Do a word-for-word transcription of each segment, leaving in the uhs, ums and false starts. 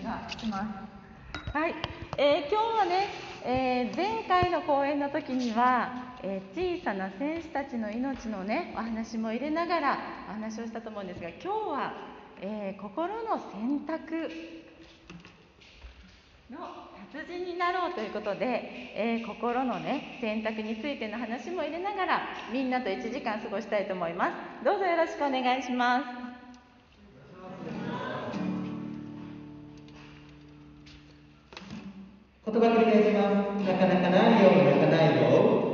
がします。はい、えー、今日はね、えー、前回の講演の時には、えー、小さな戦士たちの命のねお話も入れながらお話をしたと思うんですが、今日は、えー、心の選択の達人になろうということで、えー、心のね選択についての話も入れながらみんなといちじかん過ごしたいと思います。どうぞよろしくお願いします。 言葉繰り返します。なかなかないよ、泣かないよ。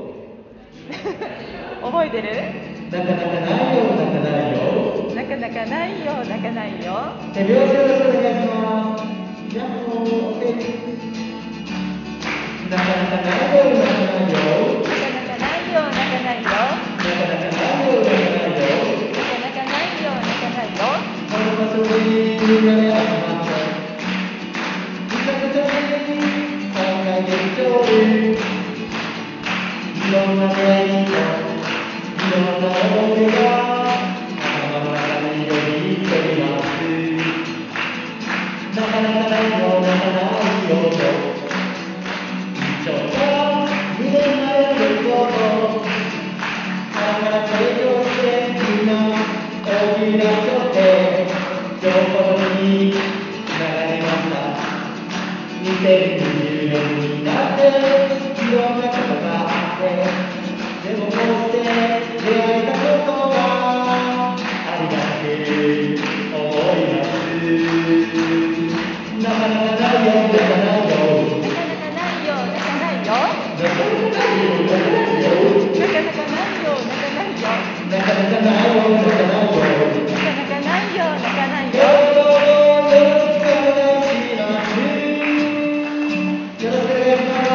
覚えてる？ なかなかないよ、泣かないよ。 なかなかないよ、泣かないよ。 手拍子よろしくお願いします。ヤッホー、OK。なかなかないよ、泣かないよ。 なかなかないよ、泣かないよ。 なかなかないよ、泣かないよ。 なかなかないよ、泣かないよ。 この場所にみんなで集まって、ぐちゃぐちゃに考えてみよう。いろんな出会いと、いろんな思いが頭の中によぎっています。なかなかないよ、なかないよと、一緒が胸に悩むこと、腹から成長してみんな大きな人って上手になりました。にせんにじゅうねんになっていろんなことがあって、でもこうして出会えたことがありがて思います。なかなかないよ、泣かないよ。 なかなかないよ、泣かないよ。 なかなかないよ、泣かないよ。 なかなかないよ、泣かないよ。 なかなかないよ、泣かないよ。 なかなかないよ、泣かないよ。 どうぞよろしくお願いします。よろしくお願いします。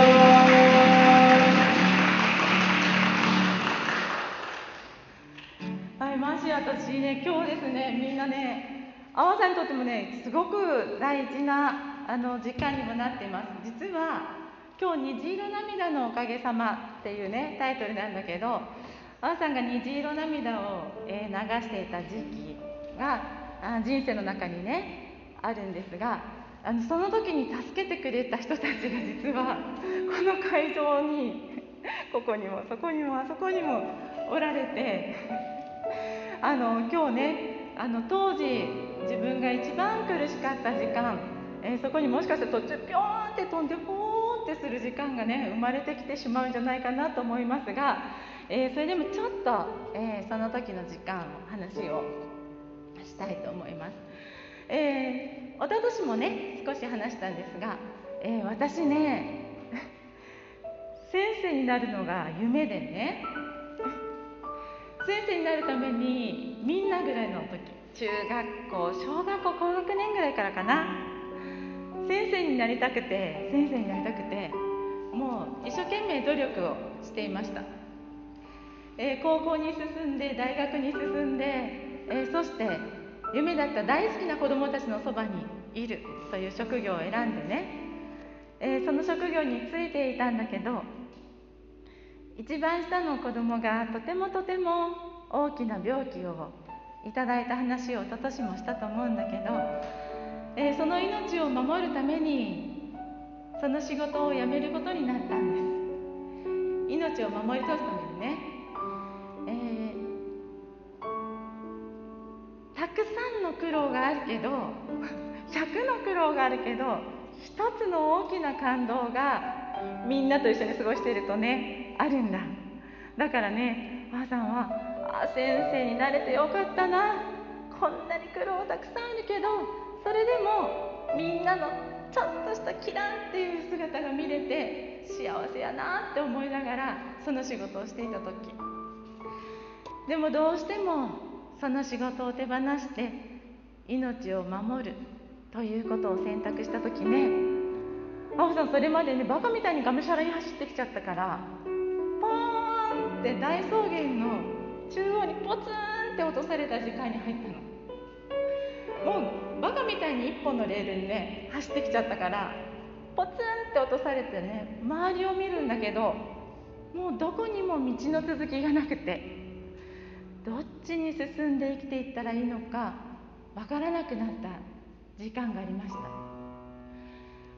はい、マジ私ね、今日ですね、みんなね、あわさんにとってもね、すごく大事なあの時間にもなっています。実は今日虹色涙のおかげさまっていうねタイトルなんだけど、あわさんが虹色涙を、えー、流していた時期があ人生の中にねあるんですが、あのその時に助けてくれた人たちが実はこの会場にここにもそこにもあそこにもおられてあの今日ねあの当時自分が一番苦しかった時間、えー、そこにもしかしたら途中ピョーンって飛んでポーンってする時間がね生まれてきてしまうんじゃないかなと思いますが、えー、それでもちょっと、えー、その時の時間話をしたいと思います。えー、一昨年もね少し話したんですが、えー、私ね先生になるのが夢でね先生になるためにみんなぐらいの時、中学校小学校高学年ぐらいからかな、先生になりたくて先生になりたくてもう一生懸命努力をしていました。えー、高校に進んで大学に進んで、えー、そして夢だった大好きな子どもたちのそばにいるという職業を選んでね、えー、その職業についていたんだけど、一番下の子どもがとてもとても大きな病気をいただいた話を一昨年もしたと思うんだけど、えー、その命を守るためにその仕事を辞めることになったんです。命を守り通すためにね、えー、たくさんの苦労があるけどひゃくの苦労があるけど一つの大きな感動がみんなと一緒に過ごしているとねあるんだ。だからね、ばあさんはあ先生になれてよかったな、こんなに苦労たくさんあるけどそれでもみんなのちょっとしたキランっていう姿が見れて幸せやなって思いながらその仕事をしていた時、でもどうしてもその仕事を手放して命を守るということを選択した時ね、あおさんそれまでねバカみたいにがむしゃらに走ってきちゃったからポーンって大草原の中央にポツンって落とされた時間に入ったの。もうバカみたいに一本のレールにね走ってきちゃったからポツンって落とされてね周りを見るんだけどもうどこにも道の続きがなくてどっちに進んで生きていったらいいのかわからなくなった時間がありました。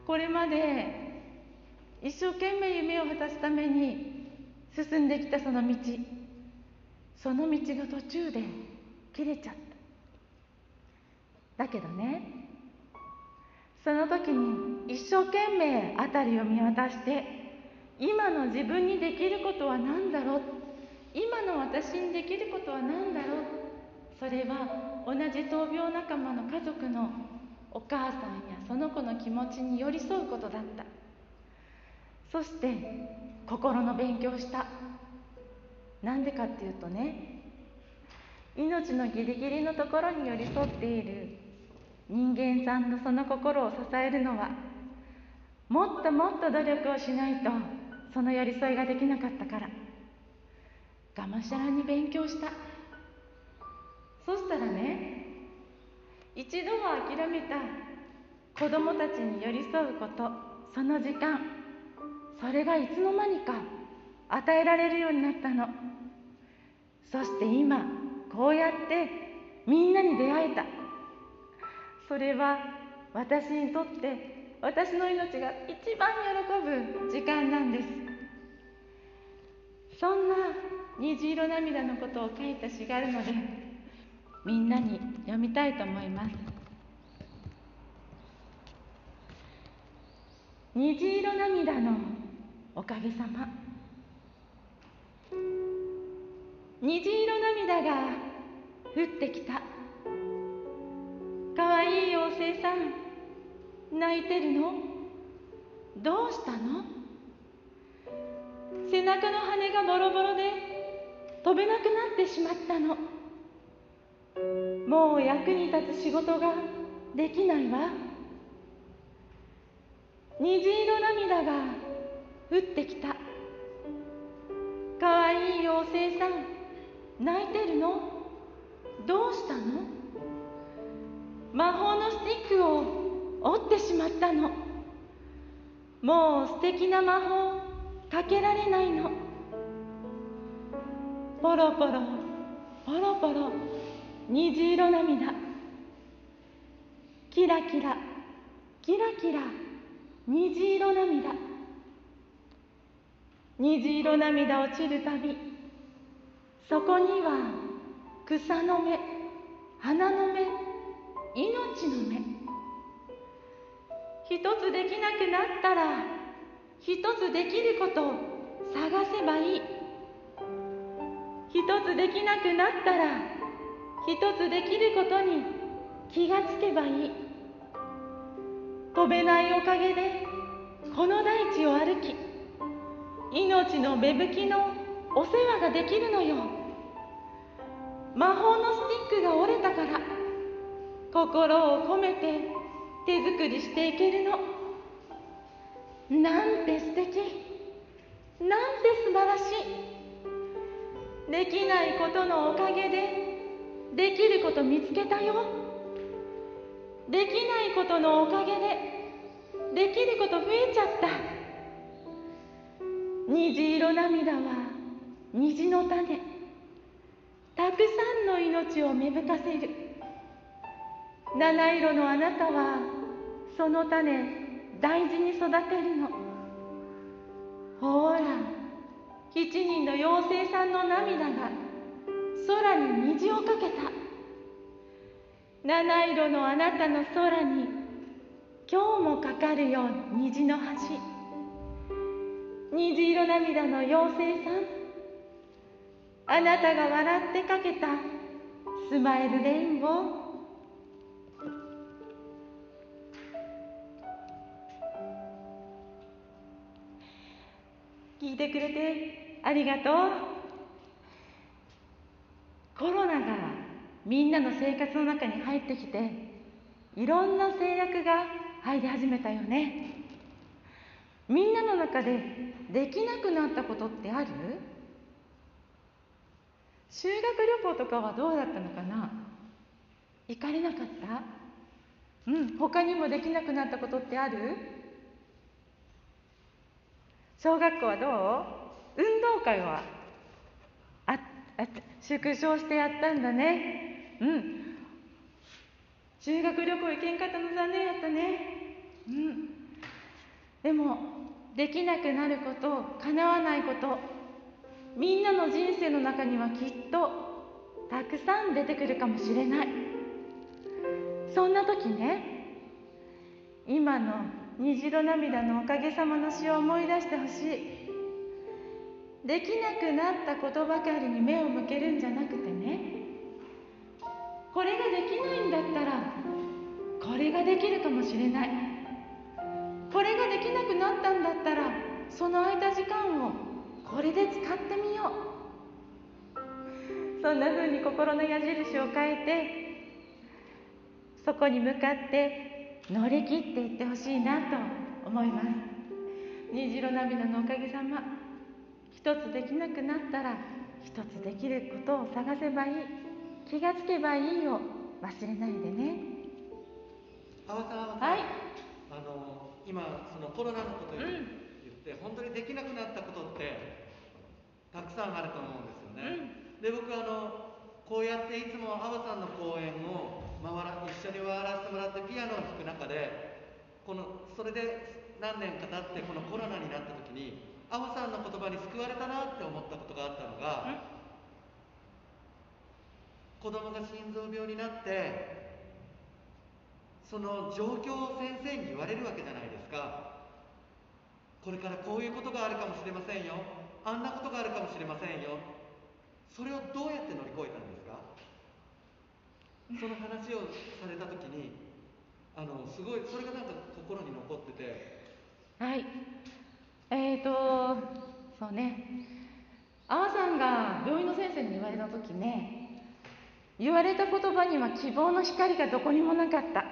これまで一生懸命夢を果たすために進んできたその道、その道が途中で切れちゃった。だけどね、その時に一生懸命辺りを見渡して、今の自分にできることは何だろう、今の私にできることは何だろう。それは同じ闘病仲間の家族のお母さんやその子の気持ちに寄り添うことだった。そして心の勉強をした。なんでかっていうとね、命のギリギリのところに寄り添っている人間さんのその心を支えるのは、もっともっと努力をしないとその寄り添いができなかったから、がむしゃらに勉強した。そしたらね、一度は諦めた子供たちに寄り添うこと、その時間、それがいつの間にか与えられるようになったの。そして今こうやってみんなに出会えた。それは私にとって私の命が一番喜ぶ時間なんです。そんな虹色涙のことを書いた詩があるので、みんなに読みたいと思います。虹色涙のおかげさま。虹色涙が降ってきた。かわいい妖精さん、泣いてるの？どうしたの？背中の羽がボロボロで飛べなくなってしまったの。もう役に立つ仕事ができないわ。虹色涙が降ってきた。かわいい妖精さん、泣いてるの？どうしたの？魔法のスティックを折ってしまったの。もう素敵な魔法かけられないの。ポロポロポロポロ虹色涙、キラキラキラキラ虹色涙。虹色涙落ちるたび、そこには草の芽、花の芽、命の芽。一つできなくなったら一つできることを探せばいい。一つできなくなったら一つできることに気がつけばいい。飛べないおかげでこの大地を歩き、命の芽吹きのお世話ができるのよ。魔法のスティックが折れたから心を込めて手作りしていけるの。なんて素敵、なんて素晴らしい。できないことのおかげでできること見つけたよ。できないことのおかげでできること増えちゃった。虹色涙は虹の種、たくさんの命を芽吹かせる。七色のあなたはその種大事に育てるの。ほら、七人の妖精さんの涙が空に虹をかけた。七色のあなたの空に今日もかかるよ虹の橋。虹色涙の妖精さん、あなたが笑ってかけたスマイルレインボー。聞いてくれてありがとう。コロナがみんなの生活の中に入ってきて、いろんな制約が入り始めたよね。みんなの中でできなくなったことってある？修学旅行とかはどうだったのかな？行かれなかった？うん、他にもできなくなったことってある？小学校はどう？運動会はああ縮小してやったんだね。うん。修学旅行行けんかったの残念やったね。うん。 でもできなくなること、叶わないこと、みんなの人生の中にはきっとたくさん出てくるかもしれない。そんな時ね、今の虹色涙のおかげさまの詩を思い出してほしい。できなくなったことばかりに目を向けるんじゃなくてね、これができないんだったらこれができるかもしれない。これができなくなったんだったら、その空いた時間をこれで使ってみよう。そんな風に心の矢印を変えて、そこに向かって乗り切っていってほしいなと思います。虹色涙のおかげさま、一つできなくなったら一つできることを探せばいい、気がつけばいいを忘れないでね。 阿波さん、阿波さん、 はい、 あの今そのコロナのことを言って、うん、本当にできなくなったことってたくさんあると思うんですよね、うん、で僕あのこうやっていつも阿波さんの講演を回ら一緒に回らせてもらってピアノを弾く中で、このそれで何年か経ってこのコロナになった時に阿波さんの言葉に救われたなって思ったことがあったのが、うん、子供が心臓病になってその状況を先生に言われるわけじゃないですか。これからこういうことがあるかもしれませんよ、あんなことがあるかもしれませんよ。それをどうやって乗り越えたんですか？その話をされた時にあのすごいそれがなんか心に残ってて、 はい、えーとそうね、阿波さんが病院の先生に言われた時ね、言われた言葉には希望の光がどこにもなかった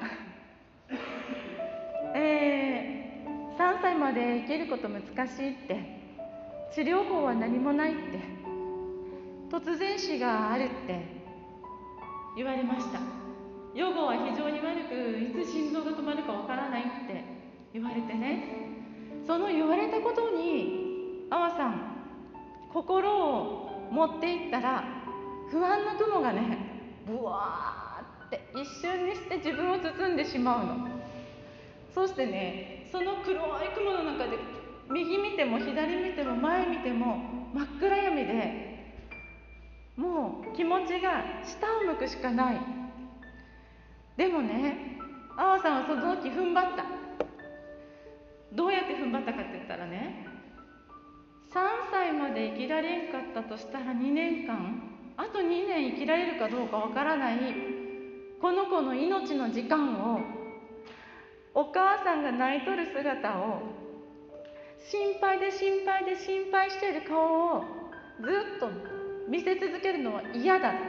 えー、さんさいまで生きること難しいって、治療法は何もないって、突然死があるって言われました。予後は非常に悪く、いつ心臓が止まるかわからないって言われてね、その言われたことに阿波さん心を持っていったら、不安の雲がねブワーって一瞬にして自分を包んでしまうの。そしてね、その黒い雲の中で右見ても左見ても前見ても真っ暗闇で、もう気持ちが下を向くしかない。でもね、阿波さんはその時踏ん張った。どうやって踏ん張ったかって言ったらね、さんさいまで生きられんかったとしたらにねんかん、あとにねん生きられるかどうかわからないこの子の命の時間を、お母さんが泣いとる姿を、心配で心配で心配している顔をずっと見せ続けるのは嫌だ。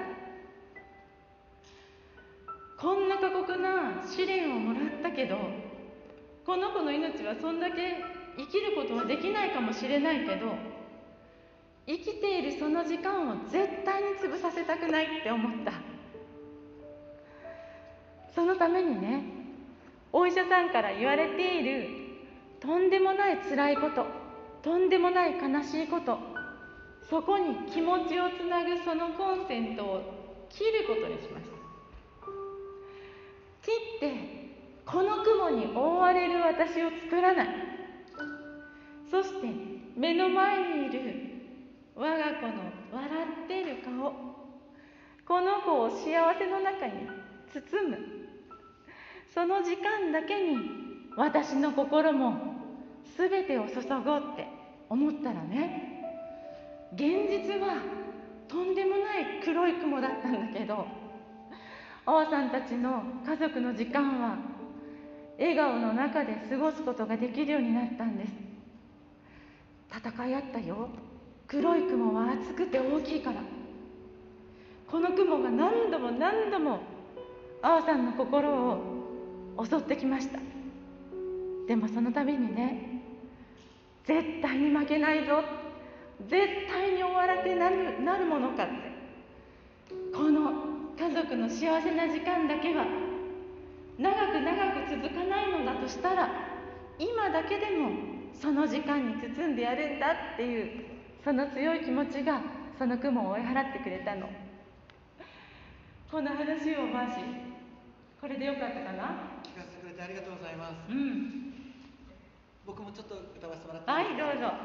こんな過酷な試練をもらったけど、この子の命はそんだけ生きることはできないかもしれないけど、生きているその時間を絶対に潰させたくないって思った。そのためにね、お医者さんから言われているとんでもない辛いこと、とんでもない悲しいこと、そこに気持ちをつなぐそのコンセントを切ることにしました。切ってこの雲に覆われる私を作らない。そして目の前にいる我が子の笑っている顔、この子を幸せの中に包む。その時間だけに私の心も全てを注ごうって思ったらね、現実はとんでもない黒い雲だったんだけど、阿波さんたちの家族の時間は笑顔の中で過ごすことができるようになったんです。戦い合ったよ。黒い雲は厚くて大きいから。この雲が何度も何度も阿波さんの心を襲ってきました。でもその度にね、絶対に負けないぞ、絶対に終わらせなる、なるものかって、この家族の幸せな時間だけは長く長く続かないのだとしたら、今だけでもその時間に包んでやるんだっていう、その強い気持ちがその雲を追い払ってくれたの。この話を回し、これでよかったかな？ 聞かせてくれてありがとうございます。 うん、 僕もちょっとちょっと歌わせてもらってはいい、 いですか。 どうぞ。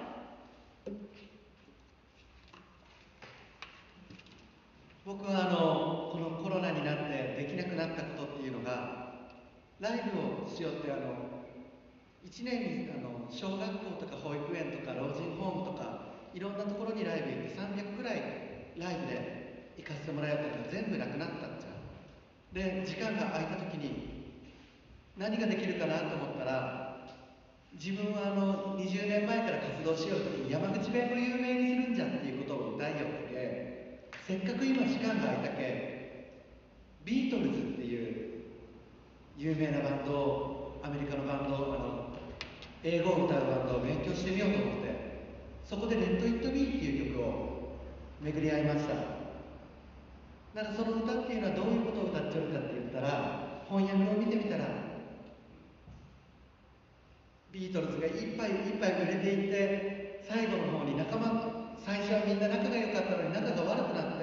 僕はあのこのコロナになってできなくなったことっていうのが、ライブをしようってあのいちねんにあの小学校とか保育園とか老人ホームとかいろんなところにライブ行ってさんびゃくぐらいライブで行かせてもらえたのが全部なくなったんじゃん。で時間が空いた時に何ができるかなと思ったら、自分はあのにじゅうねんまえから活動しようときに山口弁を有名にするんじゃっていうことを歌いよって、せっかく今時間が空いたけビートルズっていう有名なバンドを、アメリカのバンドをあの英語を歌うバンドを勉強してみようと思って、そこで「レッド・イット・ビー」っていう曲を巡り合いました。なんかその歌っていうのはどういうことを歌っちゃうかって言ったら、翻訳を見てみたらビートルズがいっぱいいっぱい売れていって、最後の方に仲間、最初はみんな仲が良かったのに仲が悪くなって、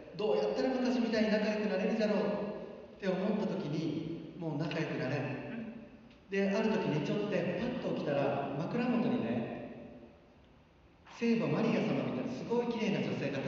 どうやったら昔みたいに仲良くなれるじゃろうって思った時にもう仲良くなれん。である時にちょっとパッと起きたら枕元にね、聖母マリア様みたいなすごい綺麗な女性が立っちゃって、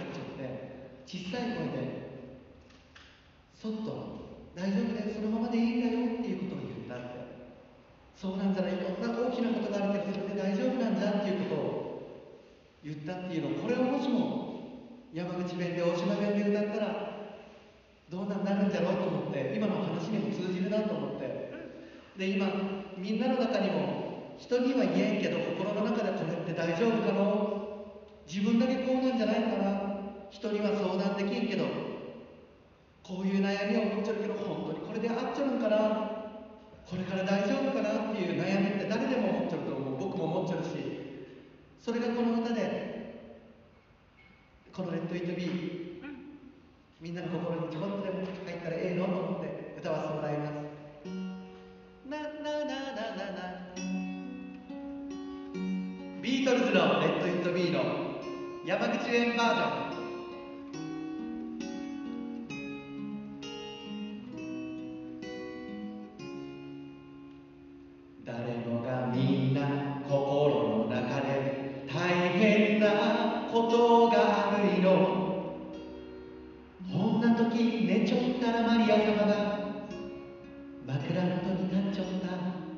小さい声でそっと大丈夫だよ、そのままでいいんだよっていうことを言ったって。そうなんじゃない、いろんな大きなことがあるけどそれで大丈夫なんだっていうことを言ったっていうの、これをもしも山口弁で大島弁で歌ったらどうなるんじゃろうと思って、今の話にも通じるなと思って、で今みんなの中にも人には言えんけど心の中でこれって大丈夫かの、自分だけこうなんじゃないかな、人には相談できんけどこういう悩みを持っちゃるけど本当にこれで合っちゃうんかな、これから大丈夫かなっていう悩みって誰でも思っちゃうと思う。僕も思っちゃうし、それがこの歌で、この「レッド・イット・ビー」みんなの心にちょこっとでも入ったらええのと思って歌わせてもらいます。ななななななビートルズの「レッド・イット・ビー」の山口弁バージョン。誰もがみんな心の中で大変なことがあるいの。こんな時寝ちょったらマリア様が枕元に立っちょった。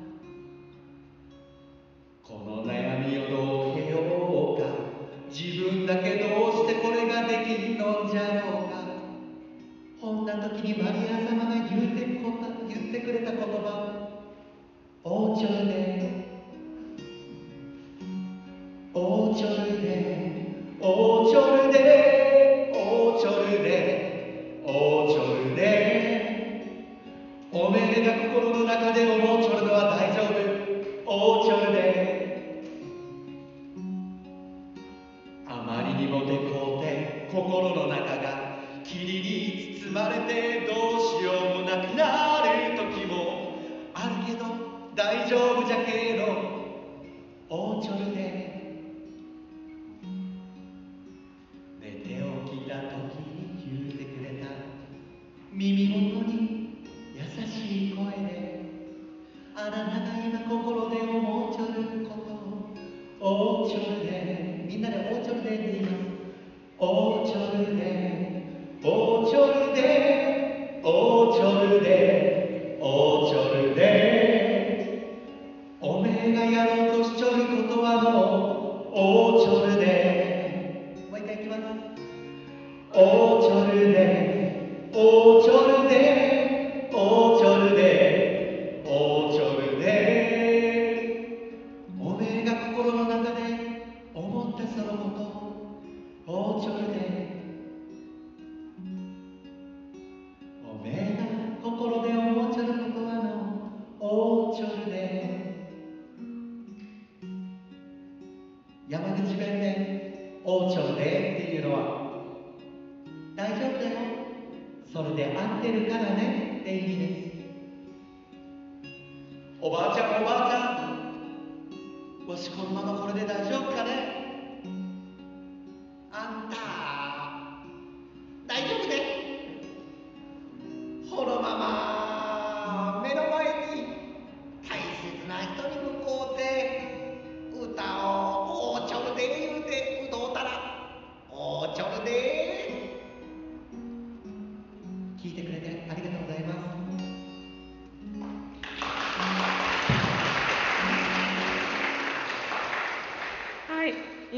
この悩みをどうへようか、自分だけどうしてこれができんのじゃろうか。こんな時にマリア様が言うてこた言ってくれた言葉、おちょるでおちょるでおちょるでおちょるでおちょるで、おめえが心の中で思うちょるのは大丈夫、おちょるで。あまりにもでこうて心の中が霧に包まれてどうしようもなくなる時もあるけど大丈夫じゃけどおちょるで。寝て起きた時に言うてくれた耳元に優しい声で、あなたが今心で思うちょることをおちょるで、みんなでおちょるでって言います。おちょるでおちょるでおちょるでおちょるで、おめえがやろうとしちょることはもうおちょるで。もう一回いきます。おちょるでおちょるでおちょるでおちょるで、おめえが心の中で思ったそのことおちょるで。おめえが心で思っちゃることはのおちょるで。山口弁でおちょるでっていうのは大丈夫だよ、それで合ってるからねって意味です。おばあちゃんおばあちゃん、わしこのままこれで大丈夫かね。あんた大丈夫で、このまま目の前に大切な人に向こうて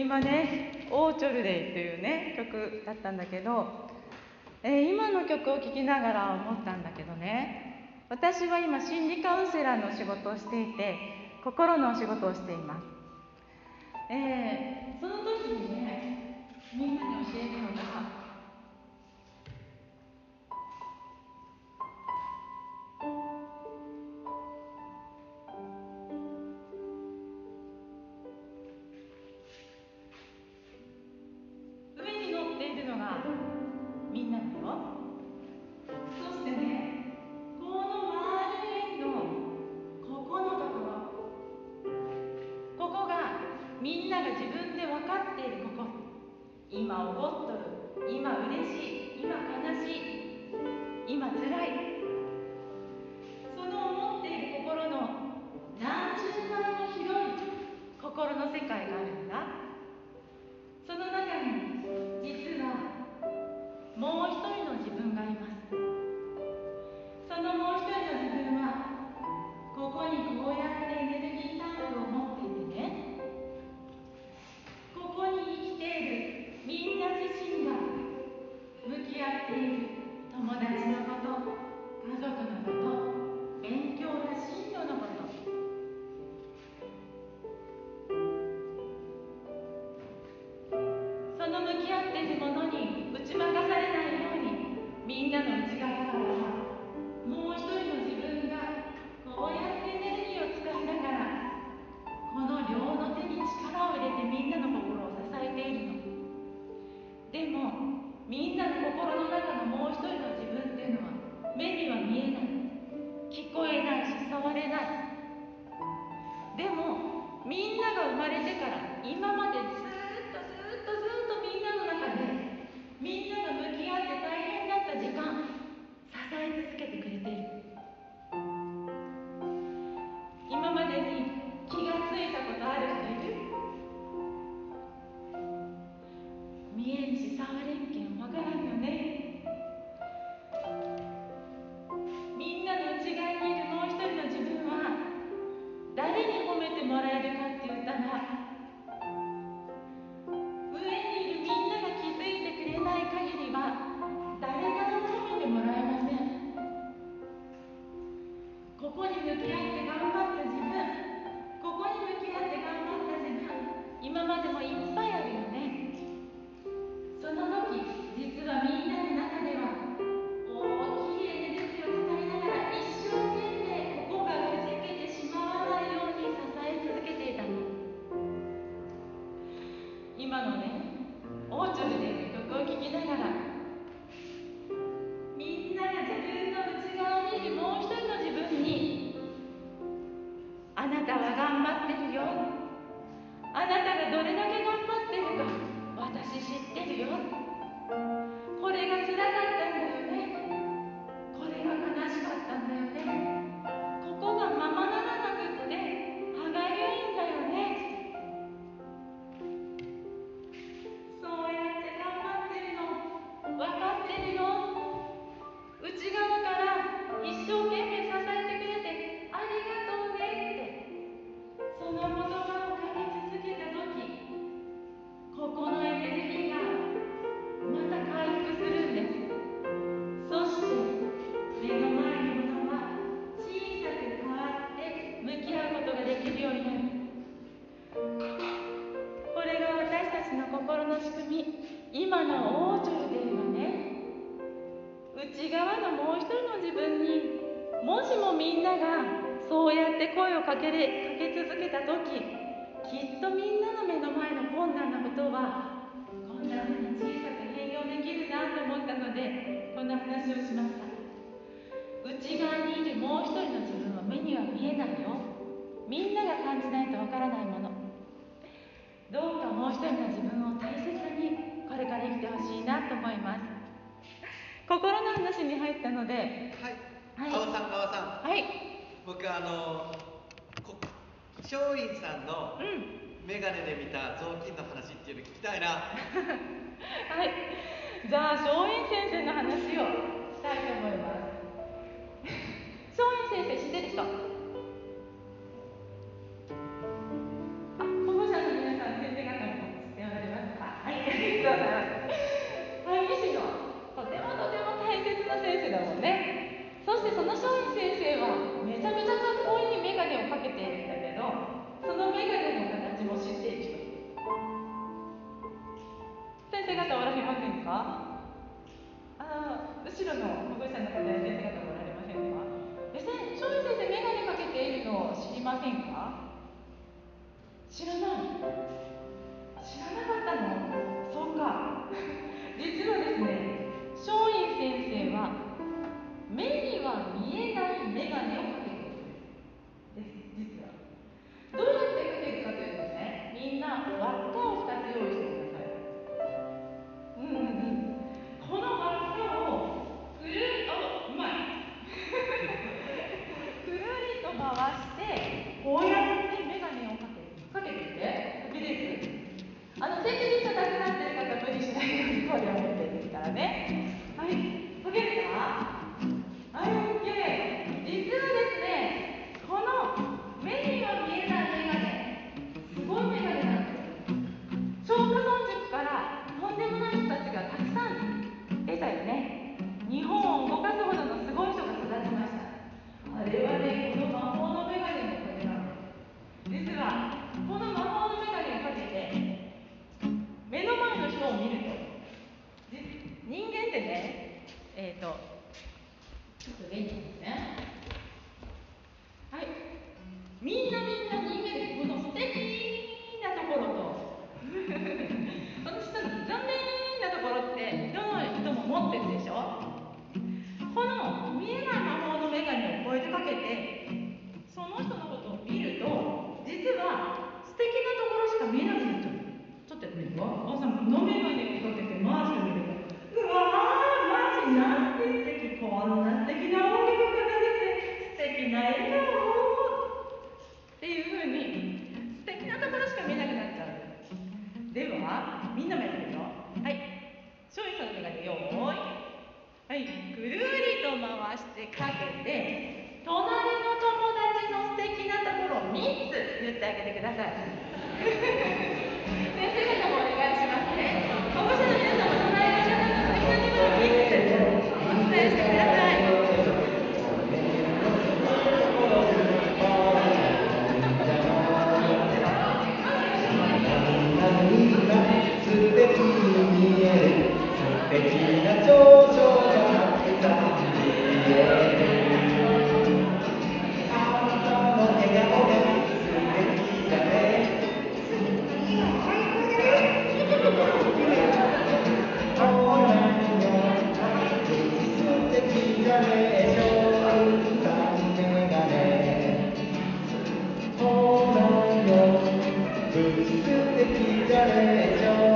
今ね、オーチョルデイというね、曲だったんだけど、えー今の曲を聴きながら思ったんだけどね、私は今心理カウンセラーの仕事をしていて、心のお仕事をしています。えーその時にね、みんなに教えるのが、上に乗っているのがみんなだよ。そしてね、この丸い円のここのところ、ここがみんなが自分で分かっているここ。今怒っとる、今嬉しい、今悲しい、今辛い。その思っている心の何十倍も広い心の世界があるんだ。その中に実はもう一人の自分がいます。そのもう一人の自分はここにこうやってエネルギータンクを持っていてね、ここに生きているみんな自身が向き合っている友達のこと、家族のこと、勉強や進路のこと、その向き合っているものに打ち負かされないように、みんなの内側からはもう一人の自分がこうやってエネルギーを使いながら、この両の手に力を入れてみんなの心を支えているの。でもみんなの心の中のもう一人の自分っていうのは目には見えない、聞こえないし触れない。でもみんなが生まれてから今までずっとずっとずっとみんなの中で、みんなが向き合って大変だった時間、支え続けてくれている。今までに気がついたことある人いる？見えんし触れんけんわからんよね。みんなの内側にいるもう一人の自分は誰に褒めてもらえるかって言ったら、上にいるみんなが気づいてくれない限りは誰からも褒めてもらえません。ここに向き合って頑張った自分、ここに向き合って頑張った自分、今までもいっぱいあるよね。その時、実はみんなの中では大きいエネルギーを使いながら一生懸命ここがくじけてしまわないように支え続けていたの。今のね、オーチョルで曲を聴きながら、みんなが自分の内側にいるもう一人の自分に、あなたは頑張ってるよ、あなたがどれだけ頑張ってるか私知ってるよ、これが辛かったんだよね、これが悲しかったんだよね、ここがままならなくって歯がゆいんだよね。そうやって頑張ってるの分かってるよ、内側から一生懸命支えてくれてありがとうねって、その言葉をかけ続けた時、ここのエネルギーがまた回復するんです。そして目の前のものは小さく変わって向き合うことができるようになる。これが私たちの心の仕組み。今のオーチョルデイはね、内側のもう一人の自分にもしもみんながそうやって声をかけれ、かけ続けた時、きっとみんなの目の前の困難なことはこんな風に小さく変容できるなと思ったので、こんな話をしました。内側にいるもう一人の自分は目には見えないよ。みんなが感じないとわからないもの。どうかもう一人の自分を大切にこれから生きてほしいなと思います。心の話に入ったので、 はい、 はい、 川さん川さん、 はい、 僕あのこ松陰さんのうんメガネで見た雑巾の話っていうの聞きたいな。 はい、じゃあ松陰先生の話をしたいと思います。松陰先生知ってる人？あ、保護者の皆さん、先生方も知ってんか？知らない？知らなかったの？そうか。実はですね、松陰先生は目には見えない眼鏡をかけているんです。実はどうやってかけるかというとね、みんな輪っかをふたつ用意してください。うんうんうん。この輪っかをくるり、あ、うまいくるりと回してこうやって眼鏡をかける。かけてみて。かけれる？あの手首硬くなってる方無理しないようにこれを持ってるんですからね。はい、かけるか？はい、オッケー。実はですね、この目には見えない眼鏡、すごい眼鏡なんですよ。松下村塾からとんでもない人たちがたくさん出たよね。日本を動かすほどのすごい人が育ちました。あれはね、この魔法の眼鏡のおかげなの。実はこの魔法の眼鏡をかけて目の前の人を見ると、人間ってね、えっ、ー、とちょっと元気ですね。はい、みんなみんな人間でこの素敵なところと私たちの残念なところってどの人も持ってるでしょ。この見えない魔法の眼鏡をこうやってかけてその人のことを見ると、実は素敵なところしか見えなくなっちゃう。ちょっとやってみるよ。おさん、この眼鏡をかけてマーチを見ると、うわー、マーチなんて素敵、こんな素敵な音楽をかけて素敵な笑顔っていう風に素敵なところしか見えなくなっちゃう。ではみんなもやってみるよ。はい、松陰さんの眼鏡よーい、はい、ぐるりと回してかけて隣の友達の素敵なところをみっつ言ってあげてください。先生方もお願いしますね。保護者の皆さんも隣の方の素敵なところをみっつお伝えしてください。 素敵に見える素敵な長所がたくさん見える。あなたの笑顔が素敵だね。ほらよ、素敵だね。松陰さんメガネ。ほらよ、素敵だね。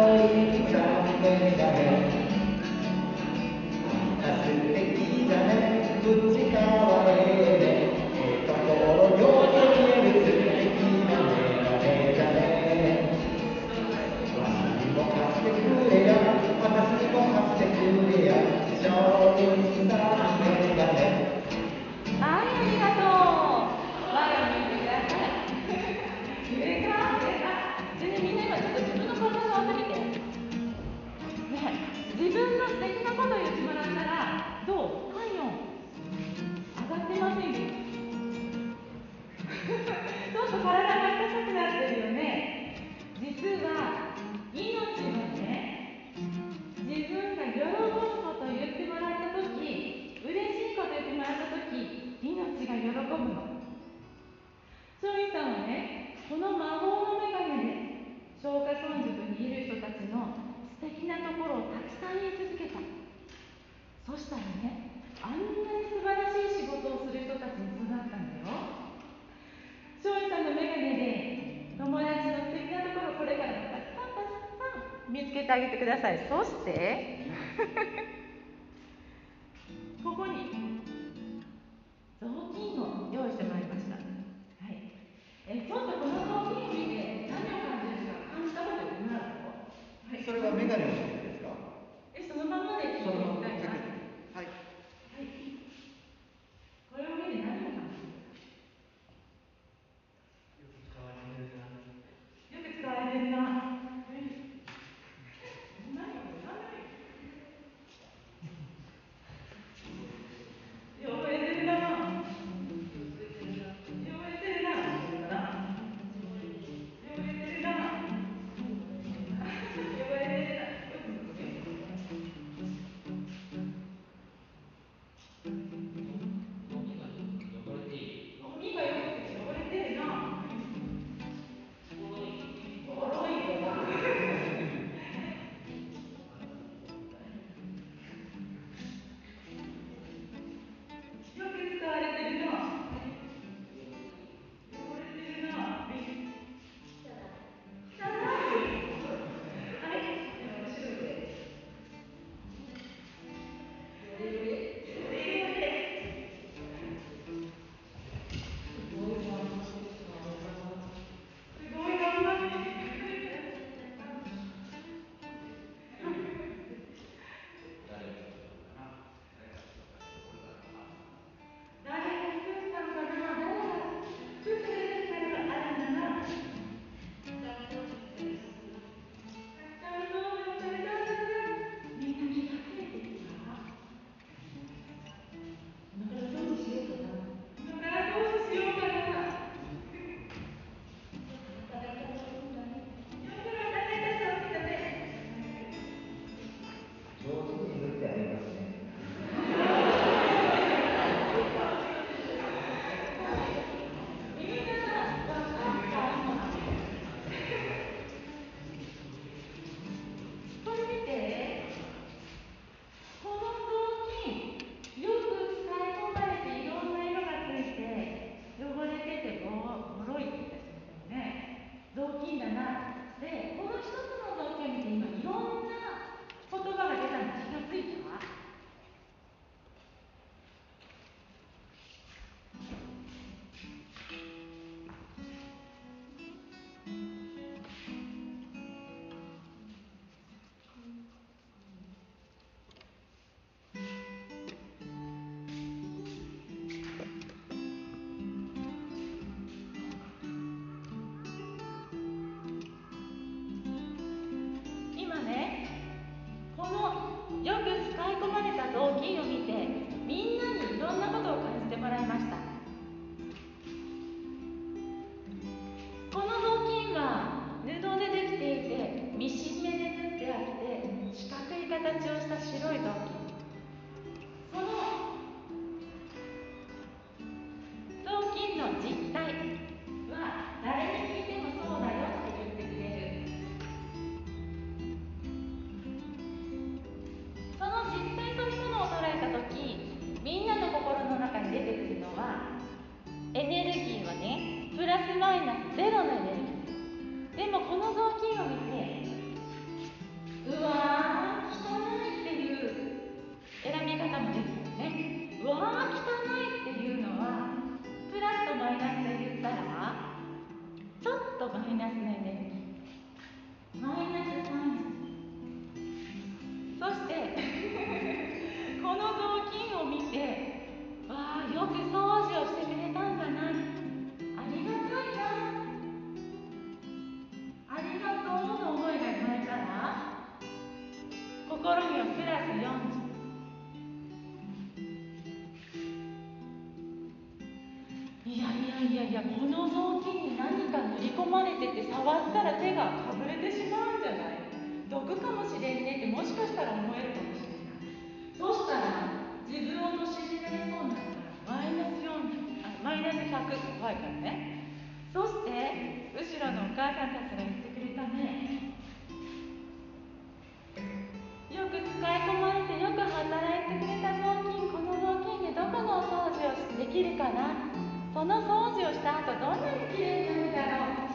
あげてください。そしてここに雑巾を用意してまいりました。はい、えちょっとこの雑巾を見て何を感じるか感じたことになるの？はい、 それはメガネをしてるんですか？ えそのままで聞いてみたいな。 はい、はい、 これを見て何を感じるか。 よく使われてるな。 よく使われてるな。 マイナスゼロのエネルギー。でもこの雑巾を見て、うわー汚いっていう選び方もできるよね。うわー汚いっていうのはプラスとマイナスで言ったらちょっとマイナスのエネルギー、マイナスさん。そしてこの雑巾を見て、わあよく掃除をしてくれたんだな、ありがたいな、ありがとうの思いが生まれたら、心にはプラスよんじゅう。いやいやいやいや、この雑巾に何か塗り込まれてて、触ったら手がかぶれてしまうんじゃない、毒かもしれんねってもしかしたら思えるかもしれない。そしたら自分を陥れそうになったらマイナスよんじゅう、あマイナスひゃく、怖いからね。そして後ろのお母さんたちが言ってくれたね、よく使い込まれてよく働いてくれた雑巾、この雑巾でどこのお掃除をできるかな、その掃除をした後どんなにきれいになるだろう、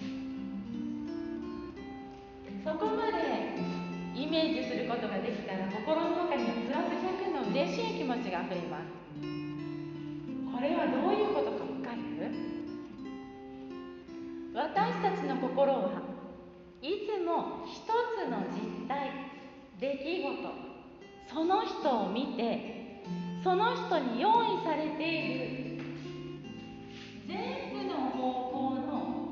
そこまでイメージすることができたら、心の中にはプラスひゃくの嬉しい気持ちがあふれます。これはどういうことか分かる？私たちの心はいつも一つの実体、出来事、その人を見て、その人に用意されている全部の方向の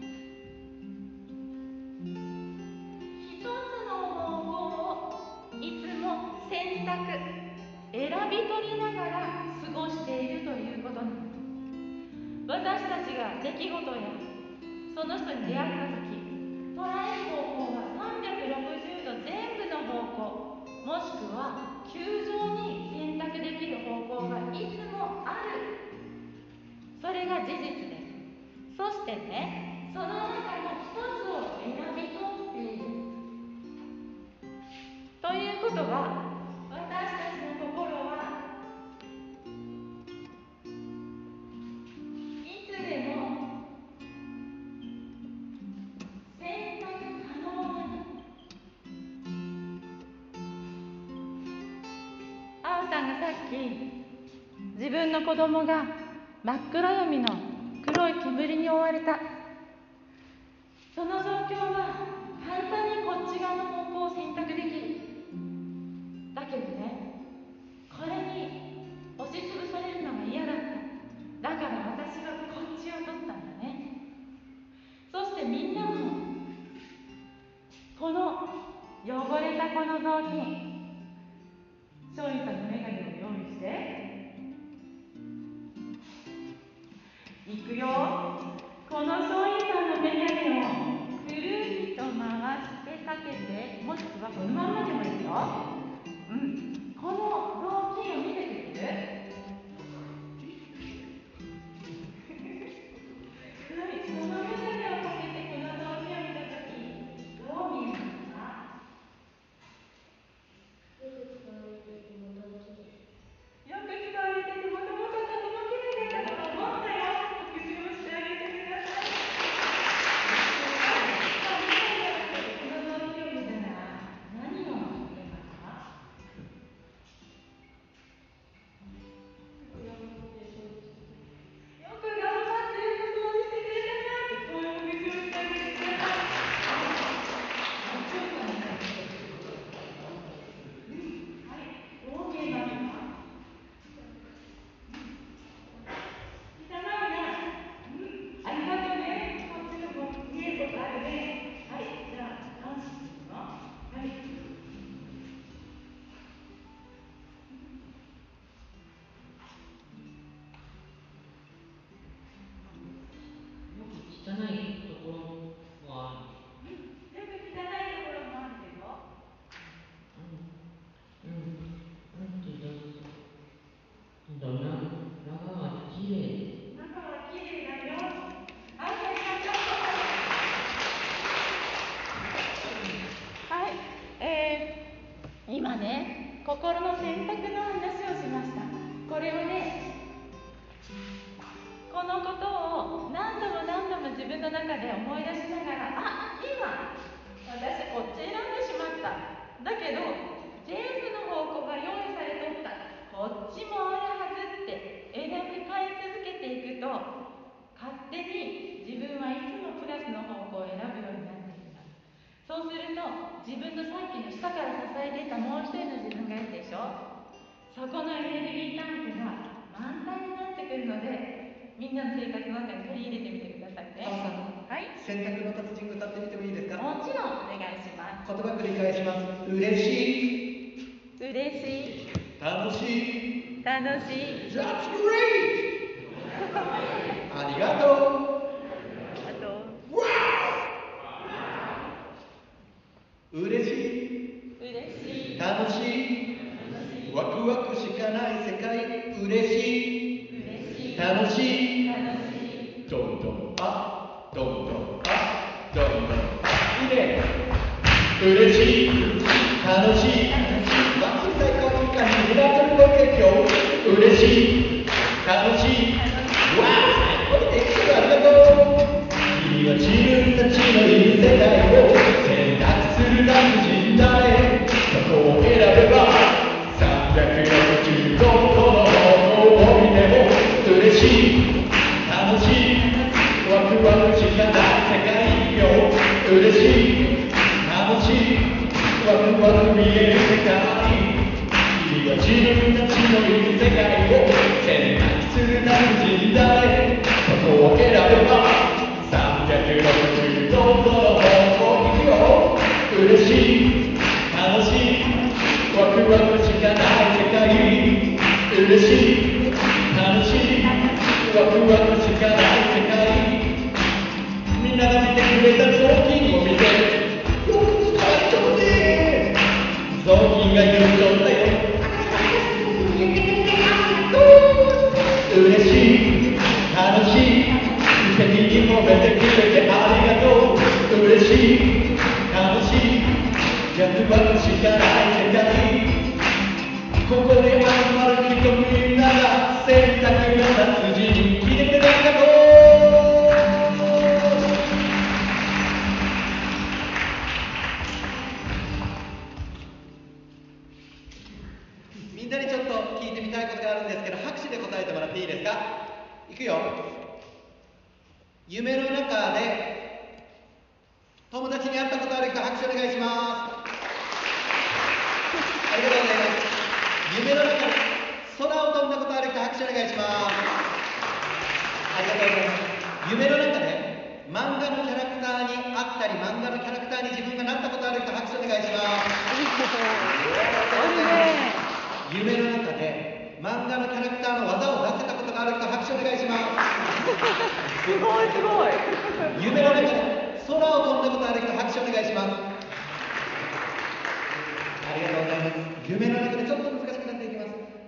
一つの方向をいつも選択、選び取りながら過ごしているということなの。私たちが出来事やその人に出会った時、捉える方向はさんびゃくろくじゅうど全部の方向、もしくは球状に選択できる方向がいつもある。それが事実です。そしてね、その中の一つを選び取っているということは、私たちの心はいつでも選択可能なの。あおさんがさっき自分の子供が真っ暗闇の黒い煙に覆われた、その状況は簡単にこっち側の方向を選択できる。だけどね、これに押しつぶされるのが嫌だった。だから私がこっちを取ったんだね。そしてみんなもこの汚れたこの雑巾、松陰さんの眼鏡を用意していくよ。この松陰さんの眼鏡をくるりと回してかけて、もしくはこのままでもいいよ。うん、この雑巾を見てくれる？はい、この眼鏡をかけてこの雑巾を見たとき、どう見えますか？よく使われてて、もともととてもきれいだったと思ったよ。復習をしてあげてください。この雑巾を見たら何を思ってますか？よく頑張ってよく掃除してくれたなって、そういう復習をしてあげてください。はい、どう見えますか？汚いな。うん、ありがとうね。こっちのも見えることあるね。はい、じゃあ直していくの。はい。 よく汚いところは、 うん、よく汚いところもあるけど。 うん、うん、なんて言うんだろう、なんだろうな、中がきれい。 中はきれいだよ。はい、ありがとう。はい、えー、今ね、心の選択の話をしました。これをね、このことを何度も何で思い出しながら、あ、今私こっち選んでしまった。だけど全部の方向が用意されとった。こっちもあるはずって選び変え続けていくと、勝手に自分はいつもプラスの方向を選ぶようになっていきます。そうすると自分のさっきの下から支えていたもう一人の自分がいるでしょ。そこのエネルギータンクが満タンになってくるので、みんなの生活の中に取り入れてみてくださいね。はい、 選択の達人歌ってみてもいいですか？ もちろんお願いします。 言葉繰り返します。嬉しい、 嬉しい、 楽しい、 楽しい、 That's great! ありがとう、 あと嬉しい、 嬉しい、 楽しい、ワクワクしかない世界、嬉しい、 嬉しい、 楽しい、 楽しい、 どんどんあ、どんどんあ、どんどんあ、いいね。嬉しい、楽しい、祭り最高時間に港にご提供、嬉しい、楽しい、わー、これできてありがとう。君は自分たちのいる世界を選択する達人だね。そこを選べばさんびゃくろくじゅうどの方向を見ても嬉しい、楽しい、ワクワクしかない世界よ。嬉しい、楽しい、ワクワク見える世界。君は自分たちのいる世界を選択する達人だね。そこを選べばさんびゃくろくじゅうどの方向行くよ。嬉しい、楽しい、ワクワクしかない世界。嬉しい、楽しい、ワクワクしかない世界。みんなが見てくれた雑巾を見て、よく使っちゃうね。雑巾が言うちょったよ。嬉しい、楽しい、責任もめてくれてありがとう。嬉しい、楽しい、ワクワクしかない世界。ここで集まる人みんなが選択の達人、聞いてくれてありがとう。みんなにちょっと聞いてみたいことがあるんですけど、拍手で答えてもらっていいですか？いくよ。夢の中で友達に会ったことある人、拍手お願いします。ありがとうございます。夢の中で空を飛んだことある人、拍手お願いします。ありがとうございます。夢の中で漫画のキャラクターに会ったり、漫画のキャラクターに自分がなったことある人、拍手お願いします。夢の中で漫画のキャラクターの技を出せたことがある人、拍手お願いします。 すごいすごい。 夢の中で空を飛んだことある人、拍手お願いします。ありがとうございます。夢の中でちょっと難しくなっていきます。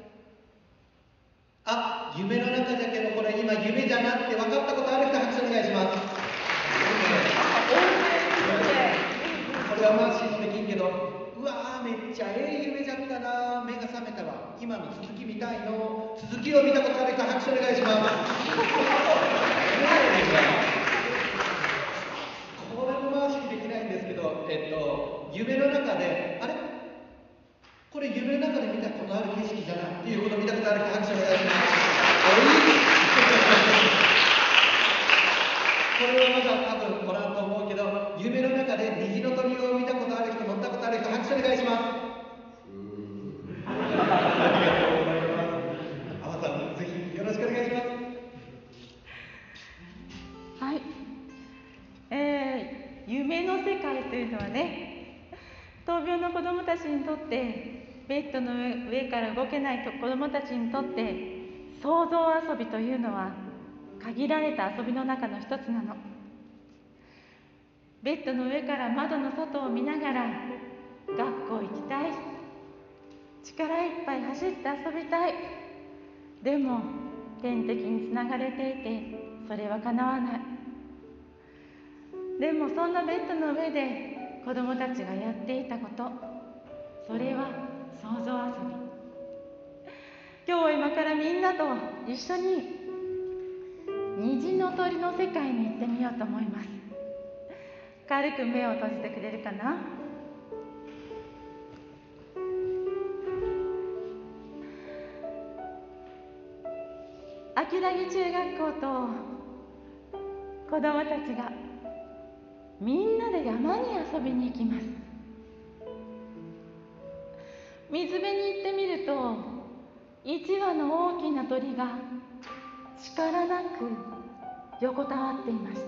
あ、夢の中だけどこれ今夢じゃなって分かったことある人、拍手お願いします。これはまあ信じできんけど、うわーめっちゃええ夢じゃったな、目が覚めたわ、今の続き見たいの、続きを見たことある人、拍手お願いします。これもまあ信じできないんですけど、えっと夢の中であれこれ夢の中で見たことある景色じゃないっていうことを見たことある人、拍手お願いします。これはまだ多分ご覧と思うけど、夢の中で虹の鳥を見たことある人、乗ったことある人、拍手お願いします。ありがとうございます。あまさん、ぜひよろしくお願いします。 はい、えー、夢の世界というのはね、闘病の子どもたちにとって、ベッドの上から動けない子どもたちにとって、想像遊びというのは限られた遊びの中の一つなの。ベッドの上から窓の外を見ながら、学校行きたい、力いっぱい走って遊びたい、でも天敵につながれていてそれはかなわない。でもそんなベッドの上で子どもたちがやっていたこと、それは想像遊び。今日は今からみんなと一緒に虹の鳥の世界に行ってみようと思います。 軽く目を閉じてくれるかな。秋田木中学校と子どもたちがみんなで山に遊びに行きます。水辺に行ってみると、一羽の大きな鳥が力なく横たわっていました。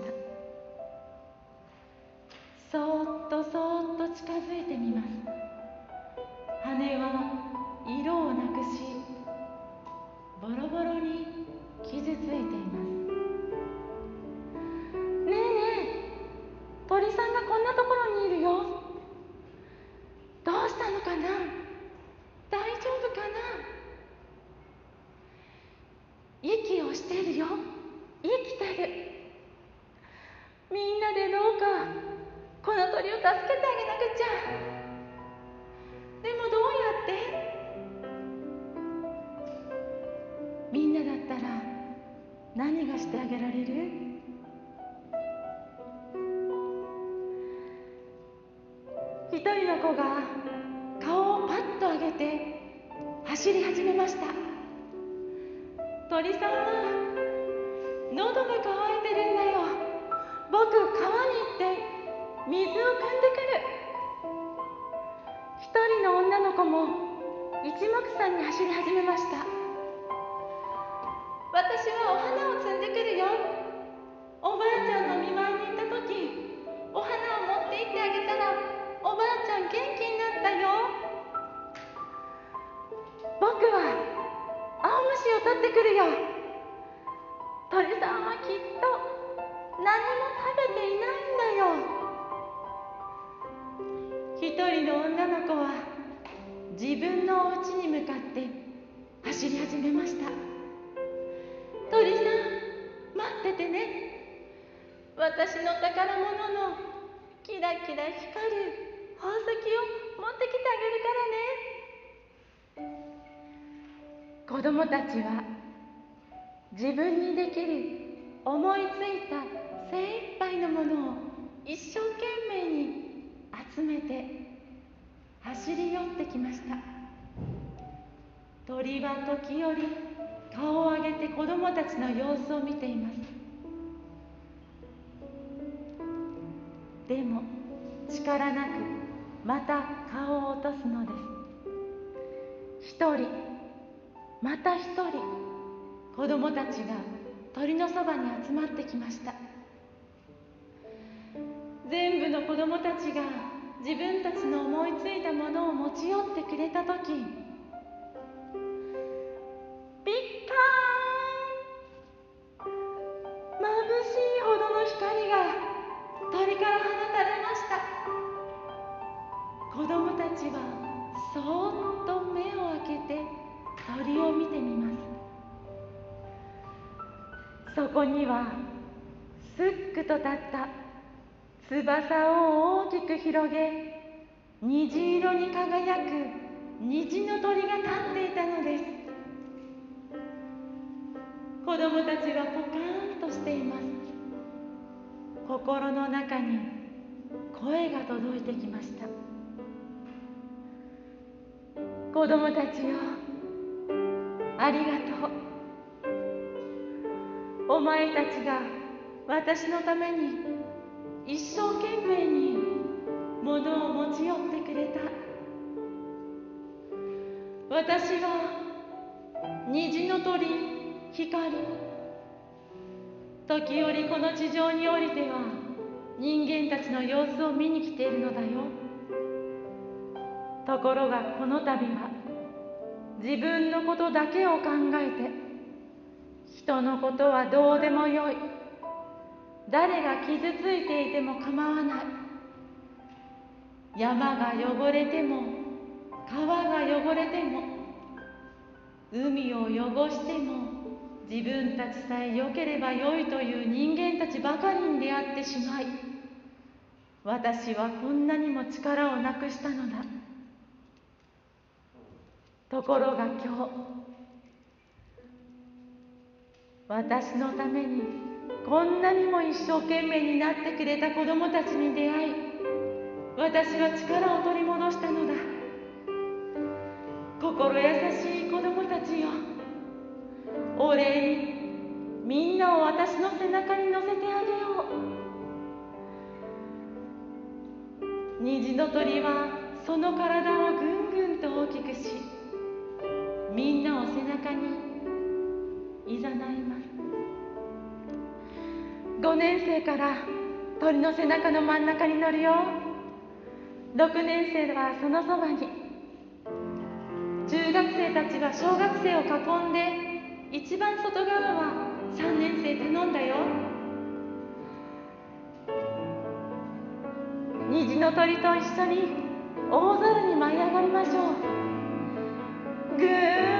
そーっとそーっと近づいてみます。羽は色をなくし、ボロボロに傷ついています。ねえねえ、鳥さんがこんなところにいるよ。どうしたのかな？大丈夫かな？息をしているよ。生きてる。みんなでどうかこの鳥を助けてあげなくちゃ。でもどうやって？みんなだったら何がしてあげられる？一人の子が顔をパッと上げて走り始めました。鳥さん、喉が渇いてるんだよ。僕、川に行って水を汲んでくる。一人の女の子も一目散に走り始めました。私はお花を摘んでくるよ。おばあちゃんの見舞いに行った時、お花を持って行ってあげたら、おばあちゃん元気になったよ。僕は青虫を取ってくるよ。鳥さんはきっと何も食べていないんだよ。一人の女の子は自分のお家に向かって走り始めました。鳥さん、待っててね。私の宝物のキラキラ光る宝石を持ってきてあげるからね。子供たちは自分にできる思いついた精一杯のものを一生懸命に集めて走り寄ってきました。鳥は時折顔を上げて子供たちの様子を見ています。でも力なくまた顔を落とすのです。一人また一人、子供たちが鳥のそばに集まってきました。全部の子供たちが自分たちの思いついたものを持ち寄ってくれたとき、ピッカーン、眩しいほどの光が鳥から放たれました。子供たちはそーっと目を開けて鳥を見てみます。そこにはすっくと立った翼を大きく広げ、虹色に輝く虹の鳥が立っていたのです。子供たちはポカーンとしています。心の中に声が届いてきました。子供たちよ、ありがとう。お前たちが私のために一生懸命に物を持ち寄ってくれた。私は虹の鳥光。時折この地上に降りては人間たちの様子を見に来ているのだよ。ところがこの度は自分のことだけを考えて、人のことはどうでもよい、誰が傷ついていても構わない、山が汚れても川が汚れても海を汚しても自分たちさえ良ければよいという人間たちばかりに出会ってしまい、私はこんなにも力をなくしたのだ。ところが今日、私のためにこんなにも一生懸命になってくれた子供たちに出会い、私は力を取り戻したのだ。心優しい子供たちよ、お礼にみんなを私の背中に乗せてあげよう。虹の鳥はその体をぐんぐんと大きくし、みんなを背中にいざないます。ごねん生から鳥の背中の真ん中に乗るよ。ろくねん生はそのそばに、中学生たちは小学生を囲んで、一番外側はさんねん生頼んだよ。虹の鳥と一緒に大空に舞い上がりましょう。ぐー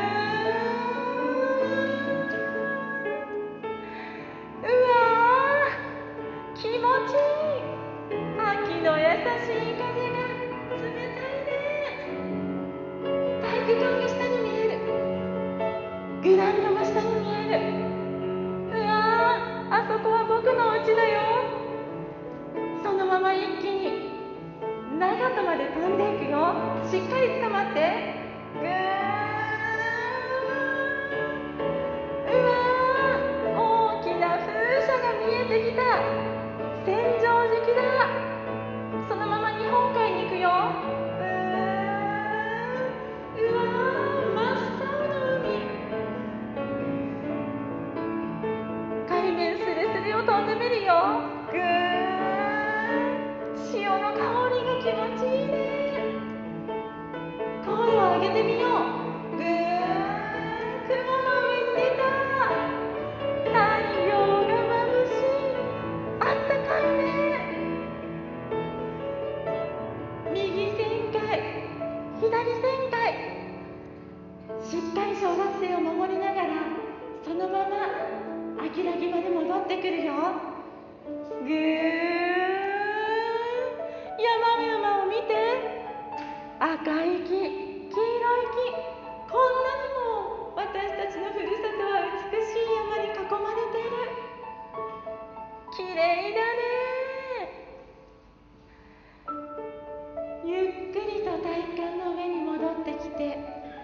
うわー、気持ちいい。秋の優しい風が冷たいね。体育館が下に見える。グラウンドが下に見える。うわー、あそこは僕のお家だよ。そのまま一気に長門まで飛んでいくよ。しっかり捕まって。ぐー、うわー、大きな風車が見えてきた。千畳敷だ。そのまま日本海に行くよ。うー、うわー、真っ青の海。海面スレスレを飛んでみるよ。ぐー、潮の香りが気持ちいいね。声を上げてみよう。ぐー、雲の上に出た。太陽が眩しい。あったかいね。右旋回、左旋回。しっかり小学生を守りながら、そのままあきらぎまで戻ってくるよ。ぐー、山々を見て。赤い木、黄色い木。こんなにも私たちのふるさとは美しい山に囲まれている。きれいだね。ゆっくりと体育館の上に戻ってきて、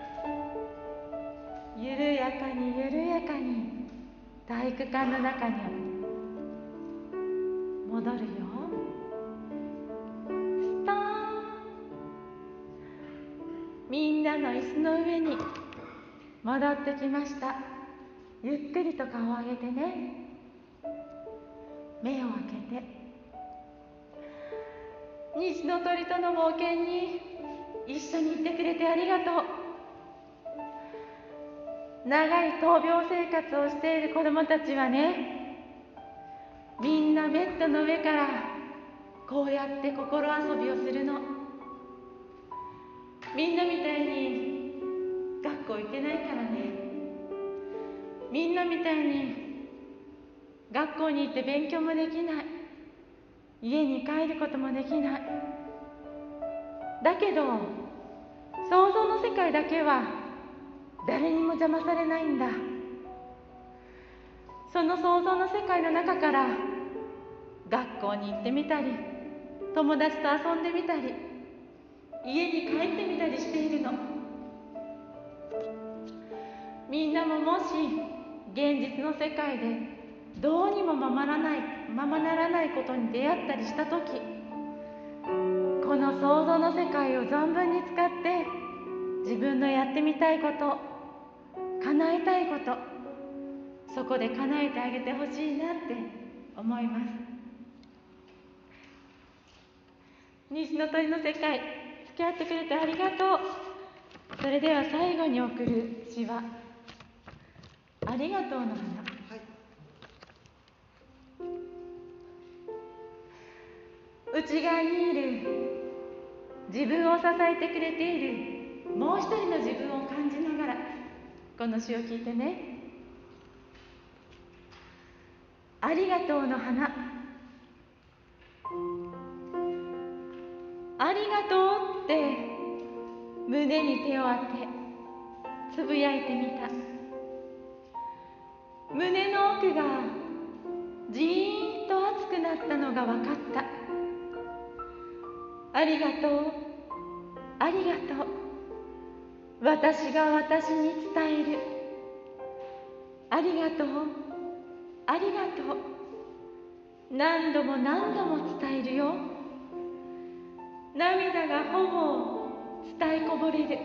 緩やかに緩やかに体育館の中に戻るよ。ストーン。みんなの椅子の上に戻ってきました。ゆっくりと顔を上げてね。目を開けて。虹の鳥との冒険に一緒に行ってくれてありがとう。長い闘病生活をしている子どもたちはね、みんなベッドの上からこうやって心遊びをするの。みんなみたいに学校行けないからね。みんなみたいに学校に行って勉強もできない。家に帰ることもできない。だけど想像の世界だけは誰にも邪魔されないんだ。その想像の世界の中から学校に行ってみたり、友達と遊んでみたり、家に帰ってみたりしているの。みんなももし現実の世界でどうにもままらないままならないことに出会ったりしたとき、この想像の世界を存分に使って自分のやってみたいこと、叶えたいこと、そこで叶えてあげてほしいなって思います。虹の鳥の世界、付き合ってくれてありがとう。それでは最後に送る詩はありがとうの花。内側にいる自分を支えてくれているもう一人の自分を感じながらこの詩を聞いてね。ありがとうの花。ありがとうって胸に手を当てつぶやいてみた。胸の奥がじーんと熱くなったのが分かった。ありがとう、ありがとう。私が私に伝える。ありがとう、ありがとう。何度も何度も伝えるよ。涙が頬を伝えこぼれる。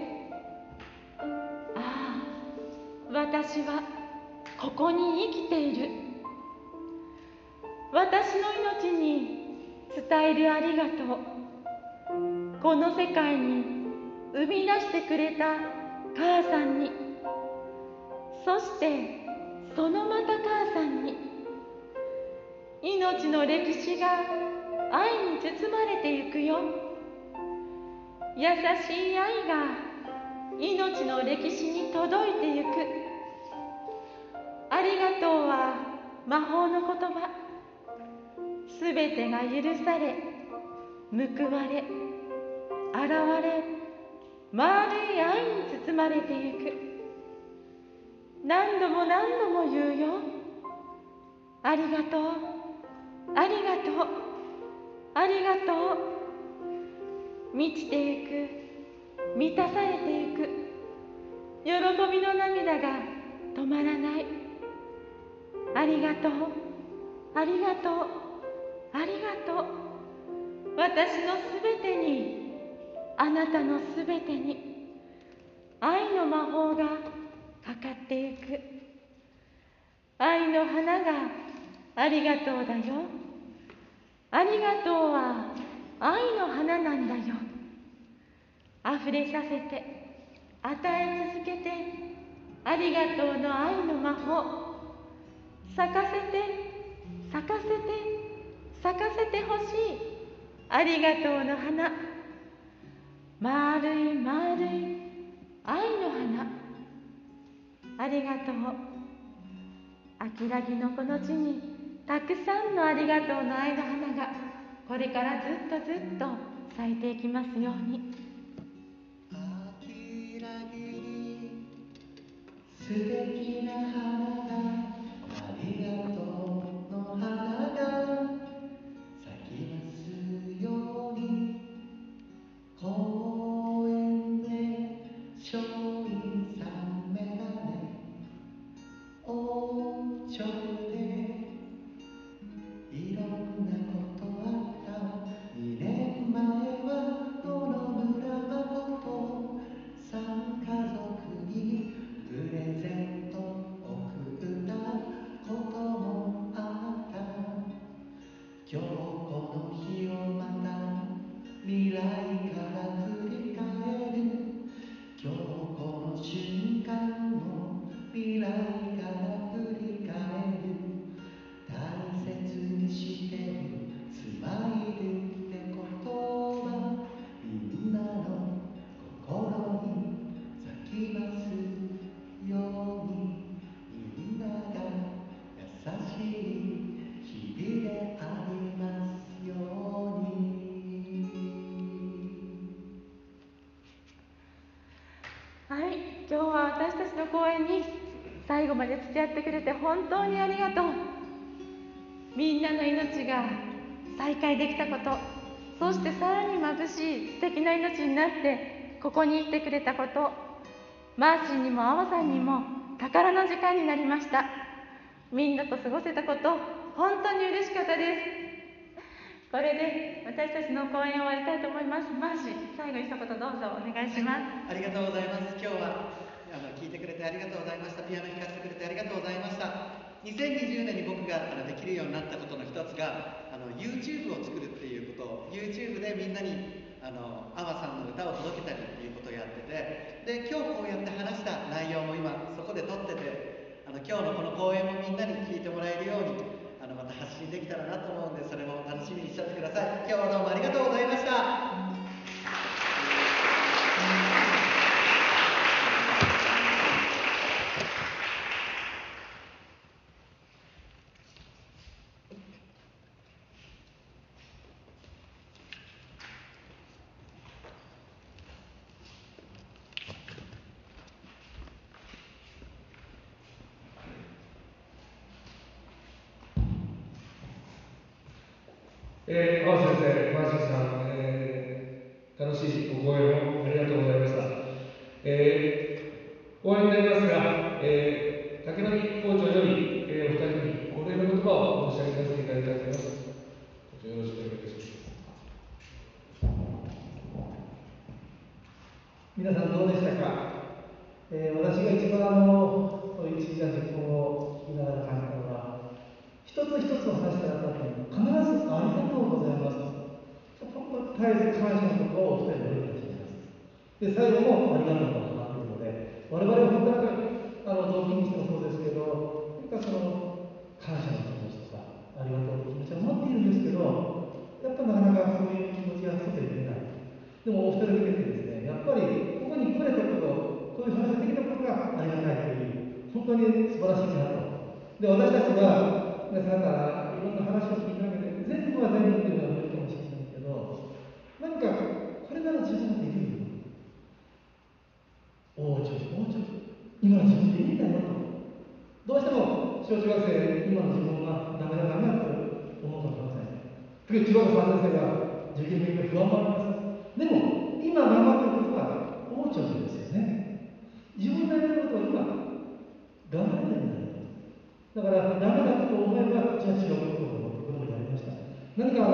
ああ、私はここに生きている。私の命に伝えるありがとう。この世界に生み出してくれた母さんに、そしてそのまた母さんに、命の歴史が愛に包まれてゆくよ。優しい愛が命の歴史に届いてゆく。ありがとうは魔法の言葉。すべてが許され、報われ、現れ、丸い愛に包まれてゆく。何度も何度も言うよ。ありがとう、ありがとう、ありがとう。満ちてゆく、満たされてゆく。喜びの涙が止まらない。ありがとう、ありがとう、ありがとう。私のすべてに、あなたのすべてに愛の魔法がかかってゆく。愛の花がありがとうだよ。ありがとうは愛の花なんだよ。あふれさせて、与え続けて、ありがとうの愛の魔法。咲かせて、咲かせて、咲かせてほしい。ありがとうの花。丸い丸い愛の花。ありがとう。あきらぎのこの地にたくさんのありがとうの愛の花がこれからずっとずっと咲いていきますように。 あきらぎに素敵な花が、ありがとうの花が咲きますように。公園で松陰さんメガネ、おうちょでいろんなことあった。にねんまえは野々村誠さん家族にプレゼントを送ったこともあった。今日この日をまた未来から振り返る。今日この瞬間を未来から振り返る。大切にしてるスマイルって言葉、みんなの心に咲きますように。みんなが優しい日々でありますように。 はい、今日は私たちの公演に最後まで付き合ってくれて本当にありがとう。みんなの命が再会できたこと、そしてさらに眩しい素敵な命になってここに来てくれたこと、マーシーにもアワさんにも宝の時間になりました。みんなと過ごせたこと、本当に嬉しかったです。これで私たちの公演を終わりたいと思います。マーシー、最後に一言どうぞお願いします。 ありがとうございます。今日はあの聞いてくれてありがとうございました。ピアノ弾かせてくれてありがとうございました。にせんにじゅうねんに僕があのできるようになったことの一つがあの YouTube を作るっていうこと、 YouTube でみんなにあのアワさんの歌を届けたりっていうことをやってて、で今日こうやって話した内容も今そこで撮ってて、あの今日のこの公演もみんなに聞いてもらえるようにあのまた発信できたらなと思うんで、それも楽しみにしちゃってください。今日はどうもありがとうございました。 えー、青先生、マーシーさん、えー、楽しいご講演をありがとうございました。えー、応援になりますが、えー、竹波校長より、えー、お二人にお礼の言葉を申し上げさせていただきたいと思います。よろしくお願いいたします。 皆さんどうでしたか。えー、私が一番あのそういう一時間じゅっぷんを聞きながら感じたのは、一つ一つの話からあったのに必ずありがとうございますと絶えず感謝の言葉をお二人でお願いします。で最後もありがとうとなっているので、我々は本当にあの動機にしてもそうですけど、何かその感謝の気持ちとかありがとうという気持ちは持っているんですけど、やっぱなかなかそういう気持ちが外に出ない。でもお二人見ててですね、やっぱりここに来れたこと、こういう話ができたことがありがたいという、本当に素晴らしいなと。で、私たちは皆さんからいろんな話を聞いたわけで、全部は全部っていうのは無理かもしれないけど、何かこれなら自分ができる。おうちょ、おうちょ、今の自分でいいんだよと。どうしても小中学生、今の自分はダメだダメだと思うかもしれません。次、中学さんねん生が受験勉強不安もあります。でも、今頑張っていることは王朝ですよね。自分のやることを今、頑張れてるんだよ。だから、ダメだと思えば、じゃあ違うことを思うということをやりました。何か